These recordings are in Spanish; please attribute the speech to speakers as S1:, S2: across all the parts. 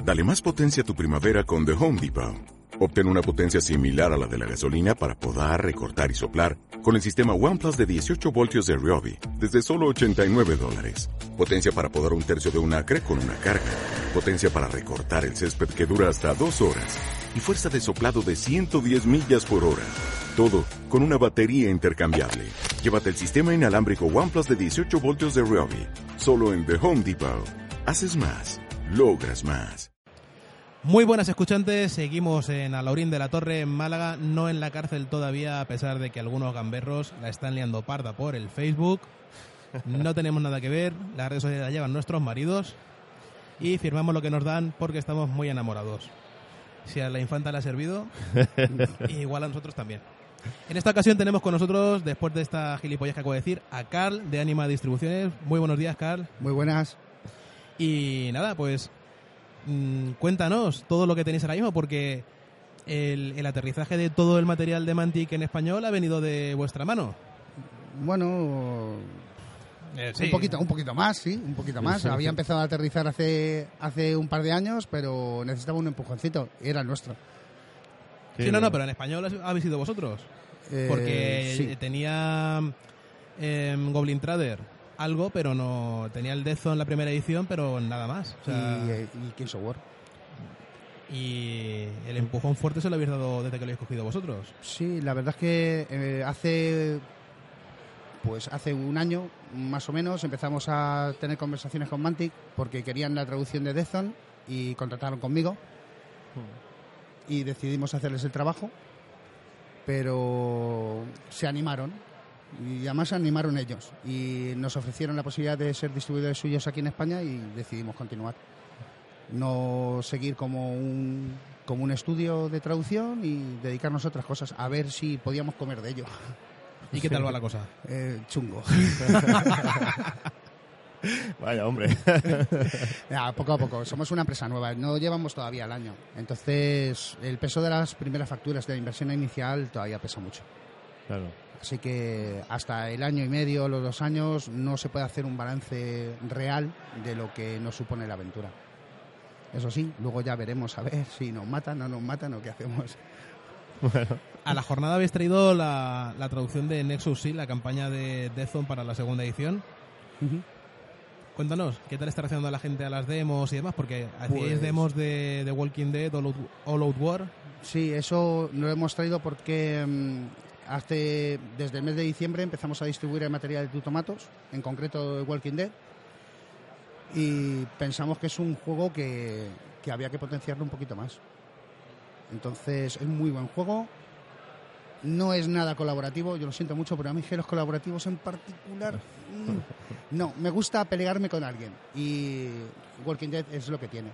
S1: Dale más potencia a tu primavera con The Home Depot. Obtén una potencia similar a la de la gasolina para podar, recortar y soplar con el sistema OnePlus de 18 voltios de Ryobi desde solo $89. Potencia para podar un tercio de un acre con una carga. Potencia para recortar el césped que dura hasta 2 horas. Y fuerza de soplado de 110 millas por hora. Todo con una batería intercambiable. Llévate el sistema inalámbrico OnePlus de 18 voltios de Ryobi. Solo en The Home Depot. Haces más. Logras más.
S2: Muy buenas escuchantes, seguimos en Alaurín de la Torre, en Málaga, no en la cárcel todavía, a pesar de que algunos gamberros la están liando parda por el Facebook. No tenemos nada que ver, las redes sociales las llevan nuestros maridos y firmamos lo que nos dan porque estamos muy enamorados. Si a la infanta le ha servido, igual a nosotros también. En esta ocasión tenemos con nosotros, después de esta gilipollas que acabo de decir, a Carl de Anima Distribuciones. Muy buenos días, Carl.
S3: Muy buenas.
S2: Y nada, pues cuéntanos todo lo que tenéis ahora mismo, porque el aterrizaje de todo el material de Mantic en español ha venido de vuestra mano.
S3: Bueno,
S2: sí.
S3: un poquito más, sí, un poquito más. Sí. Había empezado a aterrizar hace un par de años, pero necesitaba un empujoncito, y era el nuestro.
S2: Sí, no, pero en español habéis sido vosotros. Porque sí. Tenía Goblin Trader algo, pero no tenía el Death Zone en la primera edición, pero nada más. O sea,
S3: y Kings of War.
S2: Y el empujón fuerte se lo habéis dado desde que lo habéis cogido vosotros.
S3: Sí, la verdad es que hace un año más o menos empezamos a tener conversaciones con Mantic porque querían la traducción de Death Zone y contrataron conmigo y decidimos hacerles el trabajo, pero se animaron. Y además se animaron ellos y nos ofrecieron la posibilidad de ser distribuidores suyos aquí en España y decidimos continuar. No seguir como un estudio de traducción y dedicarnos a otras cosas, a ver si podíamos comer de ello.
S2: ¿Y qué tal va la cosa?
S3: Chungo.
S4: Vaya, hombre.
S3: Ya, poco a poco. Somos una empresa nueva, no llevamos todavía el año. Entonces, el peso de las primeras facturas de la inversión inicial todavía pesa mucho.
S4: Claro.
S3: Así que hasta el año y medio, los 2 años, no se puede hacer un balance real de lo que nos supone la aventura. Eso sí, luego ya veremos a ver si nos matan, no nos matan o qué hacemos.
S4: Bueno.
S2: A la jornada habéis traído la traducción de Nexus, sí, la campaña de Death Zone para la segunda edición.
S3: Uh-huh.
S2: Cuéntanos, ¿qué tal está reaccionando la gente a las demos y demás? Porque hacíais demos de The Walking Dead, All Out War.
S3: Sí, eso lo hemos traído porque desde el mes de diciembre empezamos a distribuir el material de Two Tomatoes, en concreto de Walking Dead, y pensamos que es un juego que había que potenciarlo un poquito más. Entonces es muy buen juego, no es nada colaborativo, yo lo siento mucho, pero a mí que los colaborativos en particular no, me gusta pelearme con alguien y Walking Dead es lo que tiene.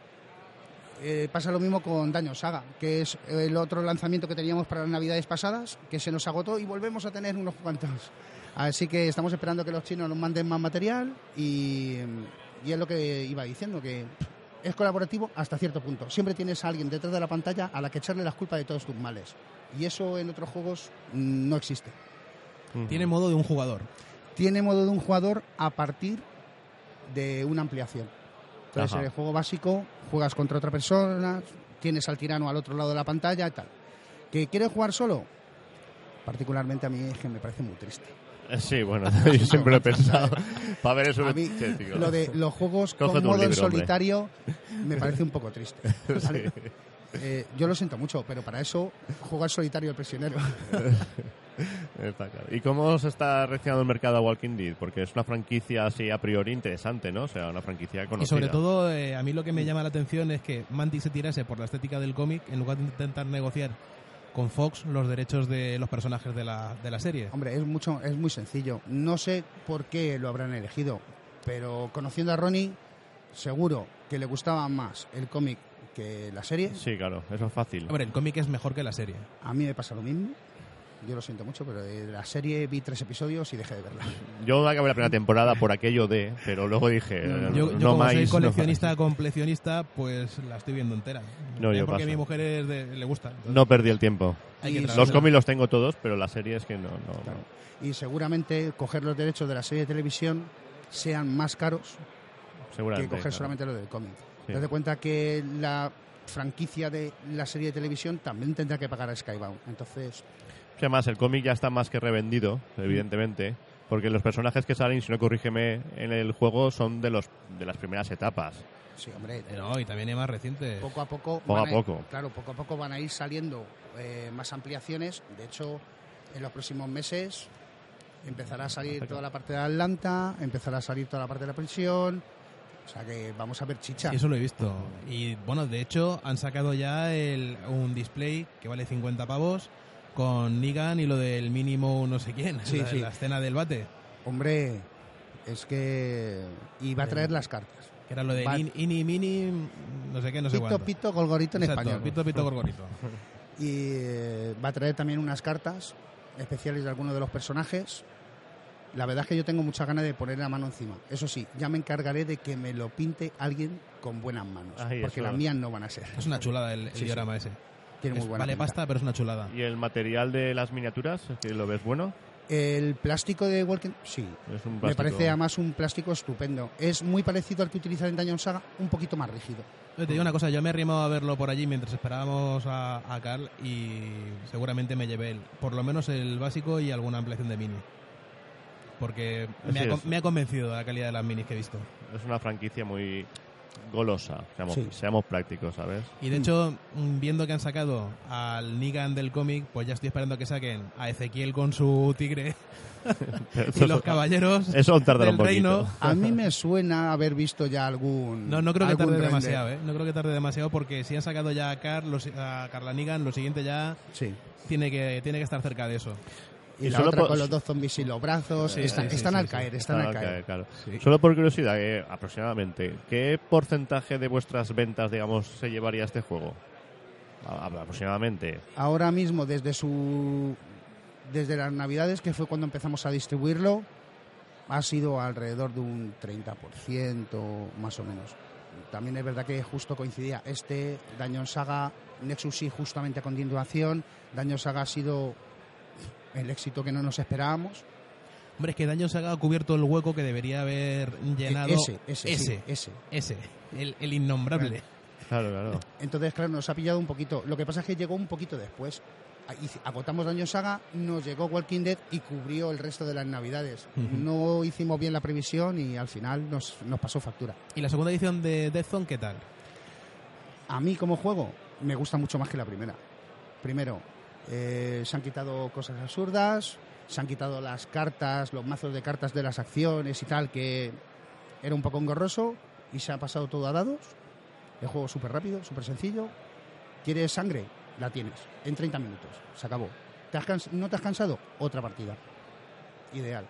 S3: Pasa lo mismo con Dungeon Saga, que es el otro lanzamiento que teníamos para las navidades pasadas, que se nos agotó y volvemos a tener unos cuantos. Así que estamos esperando que los chinos nos manden más material y es lo que iba diciendo, que es colaborativo hasta cierto punto. Siempre tienes a alguien detrás de la pantalla a la que echarle las culpas de todos tus males. Y eso en otros juegos no existe.
S2: Tiene modo de un jugador.
S3: Tiene modo de un jugador a partir de una ampliación. Entonces, en el juego básico juegas contra otra persona, tienes al tirano al otro lado de la pantalla y tal. ¿Que quieres jugar solo? Particularmente a mí es que me parece muy triste.
S4: Sí, bueno, yo siempre lo he pensado. Para ver eso,
S3: a mí, lo de los juegos con modo en solitario me parece un poco triste. ¿Vale? Sí. Yo lo siento mucho, pero para eso jugar solitario el prisionero.
S4: Está claro. ¿Y cómo se está reaccionando el mercado a Walking Dead? Porque es una franquicia así a priori interesante, ¿no? O sea, una franquicia conocida.
S2: Y sobre todo, a mí lo que me llama la atención es que Mantic se tirase por la estética del cómic en lugar de intentar negociar con Fox los derechos de los personajes de la serie.
S3: Hombre, es muy sencillo. No sé por qué lo habrán elegido, pero conociendo a Ronnie, seguro que le gustaba más el cómic que la serie.
S4: Sí, claro, eso es fácil.
S2: Hombre, el cómic es mejor que la serie.
S3: A mí me pasa lo mismo. Yo lo siento mucho, pero de la serie vi 3 episodios y dejé de verla.
S4: Yo acabé la primera temporada por aquello de, pero luego dije,
S2: yo
S4: no
S2: como
S4: más.
S2: Soy coleccionista, completionista, pues la estoy viendo entera.
S4: No, yo
S2: porque
S4: paso.
S2: a mi mujer le gusta. Entonces,
S4: no perdí el tiempo. Los cómics los tengo todos, pero la serie es que no.
S3: Claro. Y seguramente coger los derechos de la serie de televisión sean más caros que coger solamente lo del cómic.
S4: Sí.
S3: Date cuenta que la franquicia de la serie de televisión también tendrá que pagar a Skybound. Entonces,
S4: Que además el cómic ya está más que revendido, evidentemente, porque los personajes que salen, si no corrígeme, en el juego son de las primeras etapas.
S3: sí, hombre,
S2: No, y también hay más recientes.
S3: poco a poco,
S4: Poco a poco.
S3: Claro, poco a poco van a ir saliendo más ampliaciones. De hecho, en los próximos meses empezará a salir toda la parte de Atlanta, empezará a salir toda la parte de la prisión. O sea que vamos a ver chicha.
S2: Sí, eso lo he visto. Y bueno, de hecho, han sacado ya un display que vale 50 pavos con Negan y lo del mínimo no sé quién.
S3: Sí, sí.
S2: La escena del bate.
S3: Hombre, es que... Y va a traer las cartas.
S2: Que era lo de
S3: Va-
S2: Ini, Mini, no sé qué, no sé
S3: Pito,
S2: cuánto.
S3: pito, golgorito en
S2: Exacto,
S3: español.
S2: Pito, pito, gorgorito.
S3: Y va a traer también unas cartas especiales de algunos de los personajes. La verdad es que yo tengo muchas ganas de poner la mano encima. Eso sí, ya me encargaré de que me lo pinte alguien con buenas manos.
S4: Ay,
S3: porque
S4: eso.
S3: las mías no van a ser.
S2: Es una chulada el
S3: Sí,
S2: diorama ese.
S3: Tiene muy buena
S2: Vale
S3: pinta.
S2: pasta, pero es una chulada.
S4: ¿Y el material de las miniaturas, que lo ves bueno?
S3: El plástico de Walking... Sí,
S4: Es un
S3: me
S4: plástico-
S3: parece además un plástico estupendo. Es muy parecido al que utilizan en Dungeon Saga, un poquito más rígido.
S2: Te digo una cosa, yo me he arrimado a verlo por allí mientras esperábamos a Carl y seguramente me llevé por lo menos el básico y alguna ampliación de mini. Porque
S4: Así es.
S2: me ha convencido la calidad de las minis que he visto.
S4: Es una franquicia muy golosa,
S3: Sí.
S4: seamos prácticos, ¿sabes?
S2: Y de hecho, viendo que han sacado al Negan del cómic, pues ya estoy esperando que saquen a Ezequiel con su tigre y los caballeros
S4: Eso tardará
S2: del
S4: un poquito.
S2: reino.
S3: A mí me suena haber visto ya algún...
S2: No creo que
S3: algún
S2: tarde
S3: render.
S2: demasiado, ¿eh? No creo que tarde demasiado porque si han sacado ya a Carla Negan, lo siguiente ya
S3: Sí.
S2: tiene que estar cerca de eso.
S3: Y
S4: Y
S3: la
S4: solo
S3: otra
S4: por-
S3: con los dos zombies y los brazos.
S2: Sí,
S3: están
S2: sí,
S3: están
S2: sí,
S3: al
S2: sí,
S3: caer,
S2: sí.
S3: están al caer.
S4: Claro.
S2: Sí.
S4: Solo por curiosidad, aproximadamente, ¿qué porcentaje de vuestras ventas, digamos, se llevaría este juego? Aproximadamente.
S3: Ahora mismo, desde las Navidades, que fue cuando empezamos a distribuirlo, ha sido alrededor de un 30%, más o menos. También es verdad que justo coincidía Dungeon Saga, Nexus sí, justamente a continuación. Dungeon Saga ha sido el éxito que no nos esperábamos.
S2: Hombre, es que Dungeon Saga ha cubierto el hueco que debería haber llenado
S3: Ese.
S2: el innombrable.
S4: Claro.
S3: Entonces, claro, nos ha pillado un poquito. Lo que pasa es que llegó un poquito después. Agotamos Dungeon Saga, nos llegó Walking Dead y cubrió el resto de las Navidades.
S2: Ujú.
S3: No hicimos bien la previsión y al final nos pasó factura.
S2: ¿Y la segunda edición de Death Zone qué tal?
S3: A mí como juego me gusta mucho más que la primera. Primero, se han quitado cosas absurdas, se han quitado las cartas, los mazos de cartas de las acciones y tal, que era un poco engorroso, y se ha pasado todo a dados. El juego es súper rápido, súper sencillo. ¿Quieres sangre? La tienes. En 30 minutos. Se acabó. ¿No te has cansado? Otra partida. Ideal.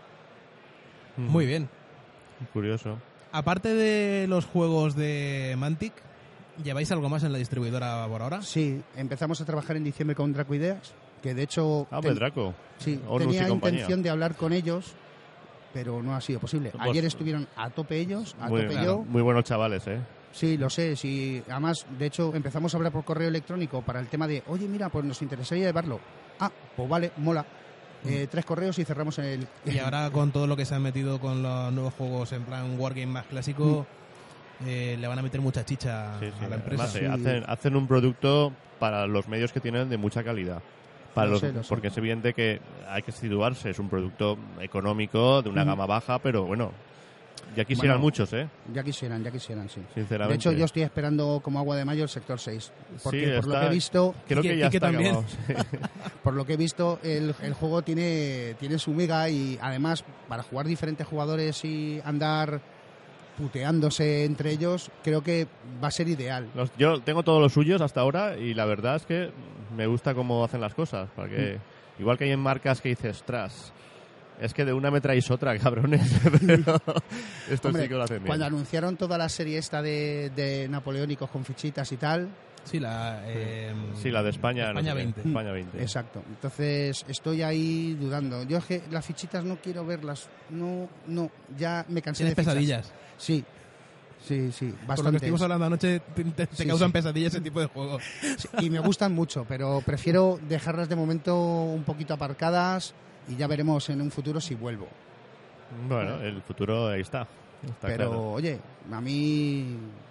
S2: Muy bien.
S4: Curioso.
S2: Aparte de los juegos de Mantic, ¿lleváis algo más en la distribuidora por ahora?
S3: Sí, empezamos a trabajar en diciembre con Draco Ideas, que de hecho
S4: Hombre, Draco.
S3: sí,
S4: Onus y
S3: tenía
S4: compañía.
S3: intención de hablar con ellos, pero no ha sido posible.
S4: Pues-
S3: Ayer estuvieron a tope ellos, a
S4: Muy,
S3: tope
S4: claro,
S3: yo.
S4: muy buenos chavales, ¿eh?
S3: Sí, lo sé. Sí, además, de hecho, empezamos a hablar por correo electrónico para el tema de, oye, mira, pues nos interesaría llevarlo. Ah, pues vale, mola. 3 correos y cerramos el...
S2: Y ahora con todo lo que se han metido con los nuevos juegos en plan Wargame más clásico, le van a meter mucha chicha
S4: Sí,
S2: a la empresa.
S4: Además,
S3: Sí.
S4: hacen un producto para los medios que tienen de mucha calidad.
S3: Lo sé.
S4: Porque es evidente que hay que situarse. Es un producto económico, de una gama baja, pero bueno, ya quisieran
S3: Bueno,
S4: muchos, ¿eh?
S3: Ya quisieran, sí.
S4: Sinceramente.
S3: De hecho, yo estoy esperando como agua de mayo el sector 6. Porque
S4: Sí,
S3: por lo
S4: está-
S3: que he visto,
S4: Creo
S2: Y
S4: que
S2: que-
S4: ya
S2: y que
S4: está
S2: también.
S3: por lo que he visto, el juego tiene su mega y además para jugar diferentes jugadores y andar puteándose entre ellos, creo que va a ser ideal.
S4: Yo tengo todos los suyos hasta ahora y la verdad es que me gusta cómo hacen las cosas. Porque igual que hay en marcas que dices, tras, es que de una me traéis otra, cabrones. Pero esto
S3: Hombre,
S4: sí que lo hacen bien.
S3: cuando anunciaron toda la serie esta de napoleónicos con fichitas y tal,
S2: Sí, la
S4: de España. no
S2: España
S4: sé qué.
S2: 20.
S4: España 20.
S3: exacto. Entonces estoy ahí dudando. Yo es que las fichitas no quiero verlas. No, ya me cansé
S2: Tienes
S3: de fichas.
S2: pesadillas.
S3: Sí,
S2: Por lo que
S3: bastante.
S2: estuvimos hablando anoche, te
S3: Sí,
S2: causan
S3: sí.
S2: pesadillas ese tipo de juegos.
S3: Sí, y me gustan mucho, pero prefiero dejarlas de momento un poquito aparcadas y ya veremos en un futuro si vuelvo.
S4: Bueno, el futuro ahí está. Está
S3: Pero
S4: claro.
S3: oye, a mí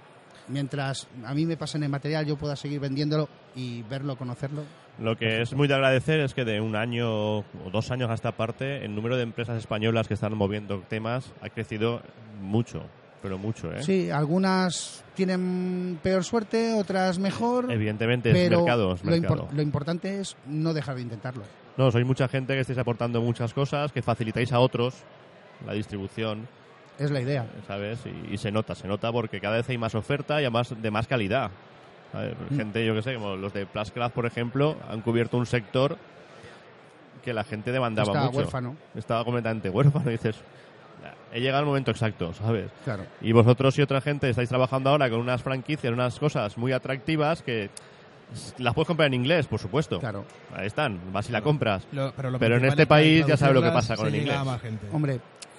S3: mientras a mí me pasen el material, yo pueda seguir vendiéndolo y verlo, conocerlo.
S4: Lo que es muy de agradecer es que de 1 año o 2 años a esta parte, el número de empresas españolas que están moviendo temas ha crecido mucho, pero mucho, ¿eh?
S3: Sí, algunas tienen peor suerte, otras mejor.
S4: Evidentemente,
S3: pero
S4: es mercado.
S3: lo importante es no dejar de intentarlo.
S4: No, sois mucha gente que estáis aportando muchas cosas, que facilitáis a otros la distribución,
S3: Es la idea.
S4: ¿sabes? Y se nota porque cada vez hay más oferta y además de más calidad. A ver, gente, yo que sé, como los de Pluscraft, por ejemplo, han cubierto un sector que la gente demandaba
S3: Está
S4: mucho.
S3: huérfano.
S4: Estaba completamente huérfano y dices, he llegado al momento exacto, ¿sabes?
S3: Claro.
S4: Y vosotros y otra gente estáis trabajando ahora con unas franquicias, unas cosas muy atractivas que las puedes comprar en inglés, por supuesto.
S3: Claro.
S4: Ahí están, vas y la compras.
S2: Lo
S4: Pero en
S2: principal
S4: este
S2: es para
S4: país ya sabes lo que
S2: traducirlas,
S4: pasa con
S2: se
S4: el
S2: llega
S4: inglés.
S2: a más gente.
S3: Hombre,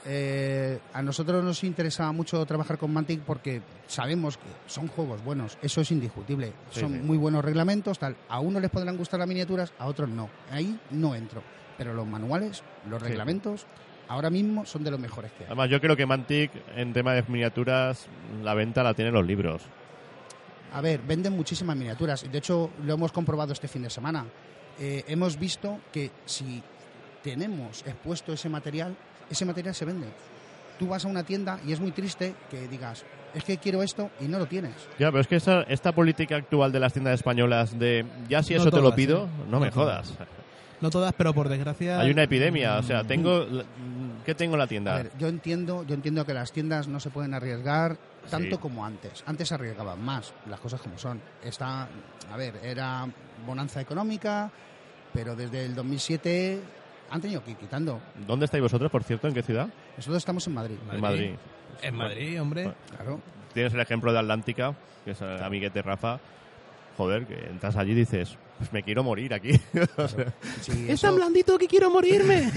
S3: a nosotros nos interesaba mucho trabajar con Mantic porque sabemos que son juegos buenos, eso es indiscutible.
S4: Sí,
S3: son
S4: sí.
S3: muy buenos reglamentos, tal. A unos les podrán gustar las miniaturas, a otros no. Ahí no entro. Pero los manuales, los
S4: Sí.
S3: reglamentos, ahora mismo son de los mejores que hay.
S4: Además, yo creo que Mantic, en tema de miniaturas, la venta la tienen los libros.
S3: A ver, venden muchísimas miniaturas. De hecho, lo hemos comprobado este fin de semana. Hemos visto que si tenemos expuesto ese material se vende. Tú vas a una tienda y es muy triste que digas, es que quiero esto y no lo tienes.
S4: Ya, pero es que esta política actual de las tiendas españolas de ya si
S2: No
S4: eso te lo
S2: todas,
S4: pido,
S2: ¿eh?
S4: no me
S2: No
S4: jodas.
S2: No todas, pero por desgracia...
S4: Hay una epidemia, o sea, ¿qué tengo en la tienda?
S3: A ver, yo entiendo que las tiendas no se pueden arriesgar tanto
S4: Sí.
S3: como antes. Antes se arriesgaban más, las cosas como son. Era bonanza económica, pero desde el 2007 han tenido que ir quitando.
S4: ¿Dónde estáis vosotros, por cierto? ¿En qué ciudad?
S3: Nosotros estamos en Madrid.
S4: En Madrid.
S2: En Madrid, hombre.
S3: Claro.
S4: Tienes el ejemplo de Atlántica, que es el amiguete Rafa. Joder, que entras allí y dices, pues me quiero morir aquí.
S3: Sí,
S2: ¡Es tan
S3: eso-
S2: blandito que quiero morirme!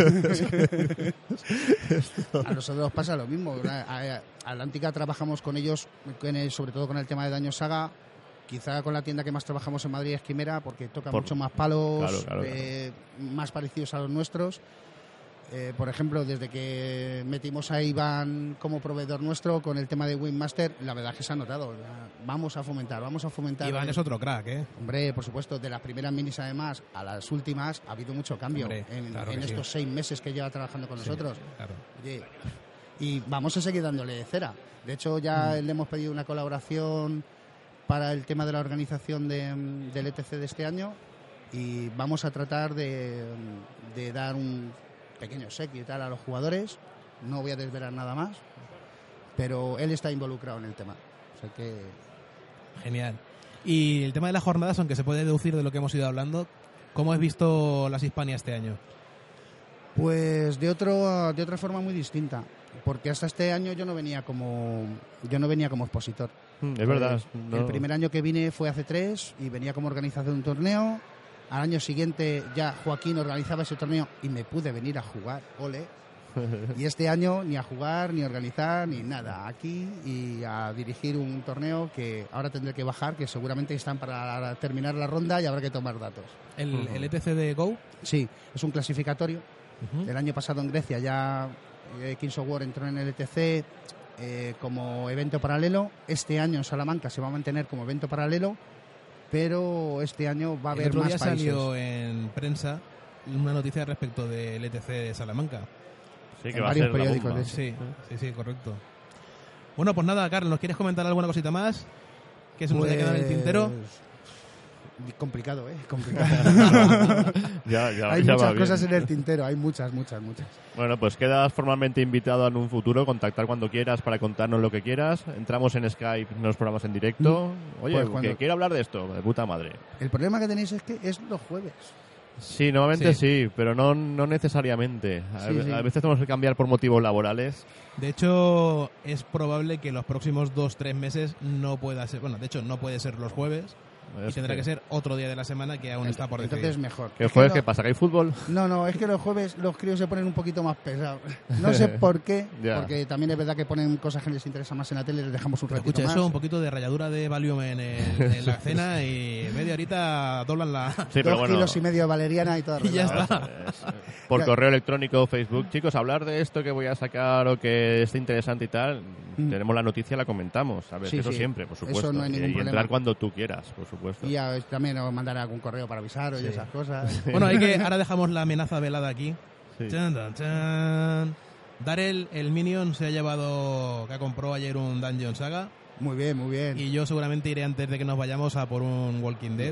S3: A nosotros nos pasa lo mismo. A Atlántica trabajamos con ellos, sobre todo con el tema de Daño Saga. Quizá con la tienda que más trabajamos en Madrid es Quimera, porque toca mucho más palos,
S4: Claro.
S3: más parecidos a los nuestros. Por ejemplo, desde que metimos a Iván como proveedor nuestro con el tema de Wingmaster, la verdad es que se ha notado. Vamos a fomentar.
S2: Iván es otro crack, ¿eh?
S3: Hombre, por supuesto, de las primeras minis además a las últimas ha habido mucho cambio.
S2: Hombre, claro
S3: en
S2: que sí.
S3: estos 6 meses que lleva trabajando con
S2: Sí,
S3: nosotros.
S2: claro.
S3: Oye, y vamos a seguir dándole cera. De hecho, ya le hemos pedido una colaboración para el tema de la organización del ETC de este año y vamos a tratar de dar un pequeño séquito y tal a los jugadores. No voy a desvelar nada más, pero él está involucrado en el tema. O sea que...
S2: Genial. Y el tema de las jornadas, aunque se puede deducir de lo que hemos ido hablando, ¿cómo has visto las Hispania este año?
S3: Pues de otra forma muy distinta, porque hasta este año yo no venía como expositor.
S4: Es verdad.
S3: El primer año que vine fue hace 3 y venía como organizador de un torneo. Al año siguiente ya Joaquín organizaba ese torneo y me pude venir a jugar, ole. Y este año ni a jugar, ni a organizar, ni nada. Aquí y a dirigir un torneo que ahora tendré que bajar, que seguramente están para terminar la ronda y habrá que tomar datos.
S2: ¿El ETC de Go?
S3: Sí, es un clasificatorio.
S2: Ujú.
S3: El año pasado en Grecia ya Kings of War entró en el ETC como evento paralelo. Este año en Salamanca se va a mantener como evento paralelo, pero este año va a
S2: El
S3: haber
S2: otro
S3: más
S2: día
S3: países.
S2: salió en prensa una noticia respecto del ETC de Salamanca.
S4: Sí, que
S3: en
S4: va a
S3: varios
S4: ser la
S3: periódicos,
S4: bomba.
S3: de hecho.
S2: Sí, correcto. Bueno, pues nada, Carlos, ¿nos quieres comentar alguna cosita más? Que se nos haya quedado en el tintero.
S3: Complicado, Complicado.
S4: Ya
S3: Hay
S4: va
S3: muchas
S4: bien.
S3: cosas en el tintero, hay muchas.
S4: Bueno, pues quedas formalmente invitado en un futuro, contactar cuando quieras para contarnos lo que quieras. Entramos en Skype, nos programas en directo. Oye,
S3: Pues
S4: que
S3: cuando-
S4: quiero hablar de esto, de puta madre.
S3: El problema que tenéis es que es los jueves.
S4: Sí, normalmente
S2: Sí.
S4: sí, pero no necesariamente.
S3: Sí.
S4: A veces tenemos que cambiar por motivos laborales.
S2: De hecho, es probable que los próximos 2-3 meses no pueda ser... Bueno, de hecho, no puede ser los jueves, y tendrá que ser otro día de la semana que aún está por decidir.
S3: Entonces mejor.
S4: ¿Qué jueves? ¿Qué pasa? ¿Que hay fútbol?
S3: No, es que los jueves los críos se ponen un poquito más pesados. No sé por qué,
S4: Ya.
S3: porque también es verdad que ponen cosas que les interesan más en la tele, les dejamos un ratito
S2: Escucha
S3: más.
S2: eso, un poquito de ralladura de Valium en la cena y media horita doblan la...
S4: Sí, pero
S3: 2
S4: bueno.
S3: kilos y medio de valeriana y todo.
S2: Y ya
S3: arreglado.
S2: está.
S4: Por
S3: Ya.
S4: correo electrónico, Facebook. Chicos, hablar de esto que voy a sacar o que esté interesante y tal, tenemos la noticia, la comentamos. A ver,
S3: Sí,
S4: eso
S3: sí.
S4: siempre, por
S3: Eso
S4: supuesto.
S3: no hay ningún
S4: y
S3: problema.
S4: entrar cuando tú quieras, por supuesto.
S3: Y ya también os mandaré algún correo para avisaros y esas cosas.
S2: Bueno, ahora dejamos la amenaza velada aquí.
S4: Sí.
S2: Chan, chan, chan. Darrell, el Minion, se ha llevado, que compró ayer un Dungeon Saga.
S3: Muy bien, muy bien.
S2: Y yo seguramente iré antes de que nos vayamos a por un Walking Dead.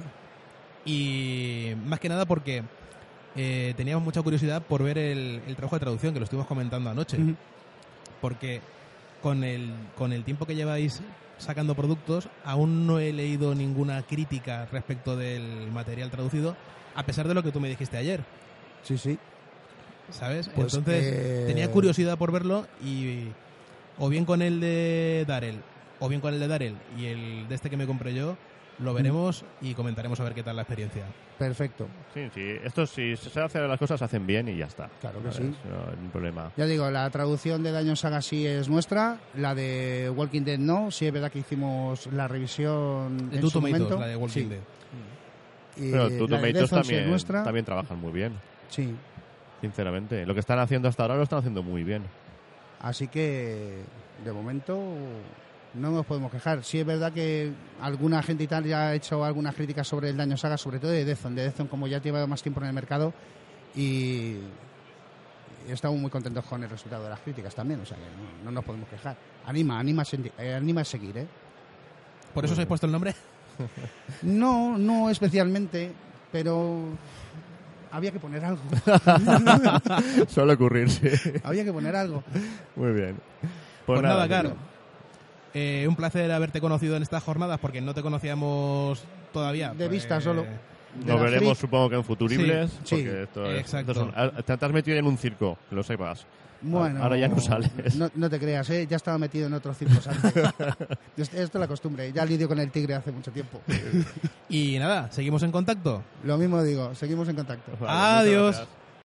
S2: Y más que nada porque teníamos mucha curiosidad por ver el trabajo de traducción, que lo estuvimos comentando anoche.
S3: Ujú.
S2: Porque con el tiempo que lleváis sacando productos, aún no he leído ninguna crítica respecto del material traducido, a pesar de lo que tú me dijiste ayer.
S3: Sí, sí.
S2: ¿Sabes?
S3: Pues,
S2: Entonces tenía curiosidad por verlo y o bien con el de Darrell o bien con el de Darrell y el de este que me compré yo, lo veremos y comentaremos a ver qué tal la experiencia.
S3: Perfecto.
S4: Sí, sí. Esto, si se hacen las cosas, se hacen bien y ya está.
S3: Claro que
S4: Vale,
S3: sí.
S4: No hay ningún problema.
S3: Ya digo, la traducción de Dungeon Saga sí es nuestra, la de Walking Dead no, sí es verdad que hicimos la revisión
S2: De
S3: en
S2: Two
S3: su
S2: Tomatoes,
S3: momento.
S2: la de Walking
S3: Sí.
S2: Dead.
S3: Y
S4: Pero
S3: la de
S4: Tomatoes
S3: Death Zone sí es
S4: también,
S3: nuestra.
S4: también trabajan muy bien,
S3: Sí.
S4: sinceramente. Lo que están haciendo hasta ahora lo están haciendo muy bien.
S3: Así que, de momento, no nos podemos quejar. Sí es verdad que alguna gente y tal ya ha hecho algunas críticas sobre el Dungeon Saga, sobre todo de Death Zone. De Death Zone, como ya lleva más tiempo en el mercado, y estamos muy contentos con el resultado de las críticas también. O sea que no nos podemos quejar. Anima a seguir, ¿eh?
S2: ¿Por eso os habéis puesto el nombre?
S3: No especialmente, pero había que poner algo.
S4: Suele ocurrir, sí.
S3: Había que poner algo.
S4: Muy bien.
S2: Pues nada,
S4: Carlos.
S2: Caro. Un placer haberte conocido en estas jornadas porque no te conocíamos todavía.
S3: De vista solo. De
S4: Nos
S3: la
S4: veremos,
S3: Freak.
S4: supongo que en futuribles.
S3: Sí,
S4: porque esto
S2: exacto.
S4: te has metido en un circo, que lo sepas.
S3: Bueno,
S4: Ahora ya no sales.
S3: No te creas, ¿eh? Ya estaba metido en otros circos antes. Esto es la costumbre. Ya lidio con el tigre hace mucho tiempo.
S2: Y nada, seguimos en contacto.
S3: Lo mismo digo, seguimos en contacto.
S4: Vale,
S2: Adiós.
S4: muchas gracias.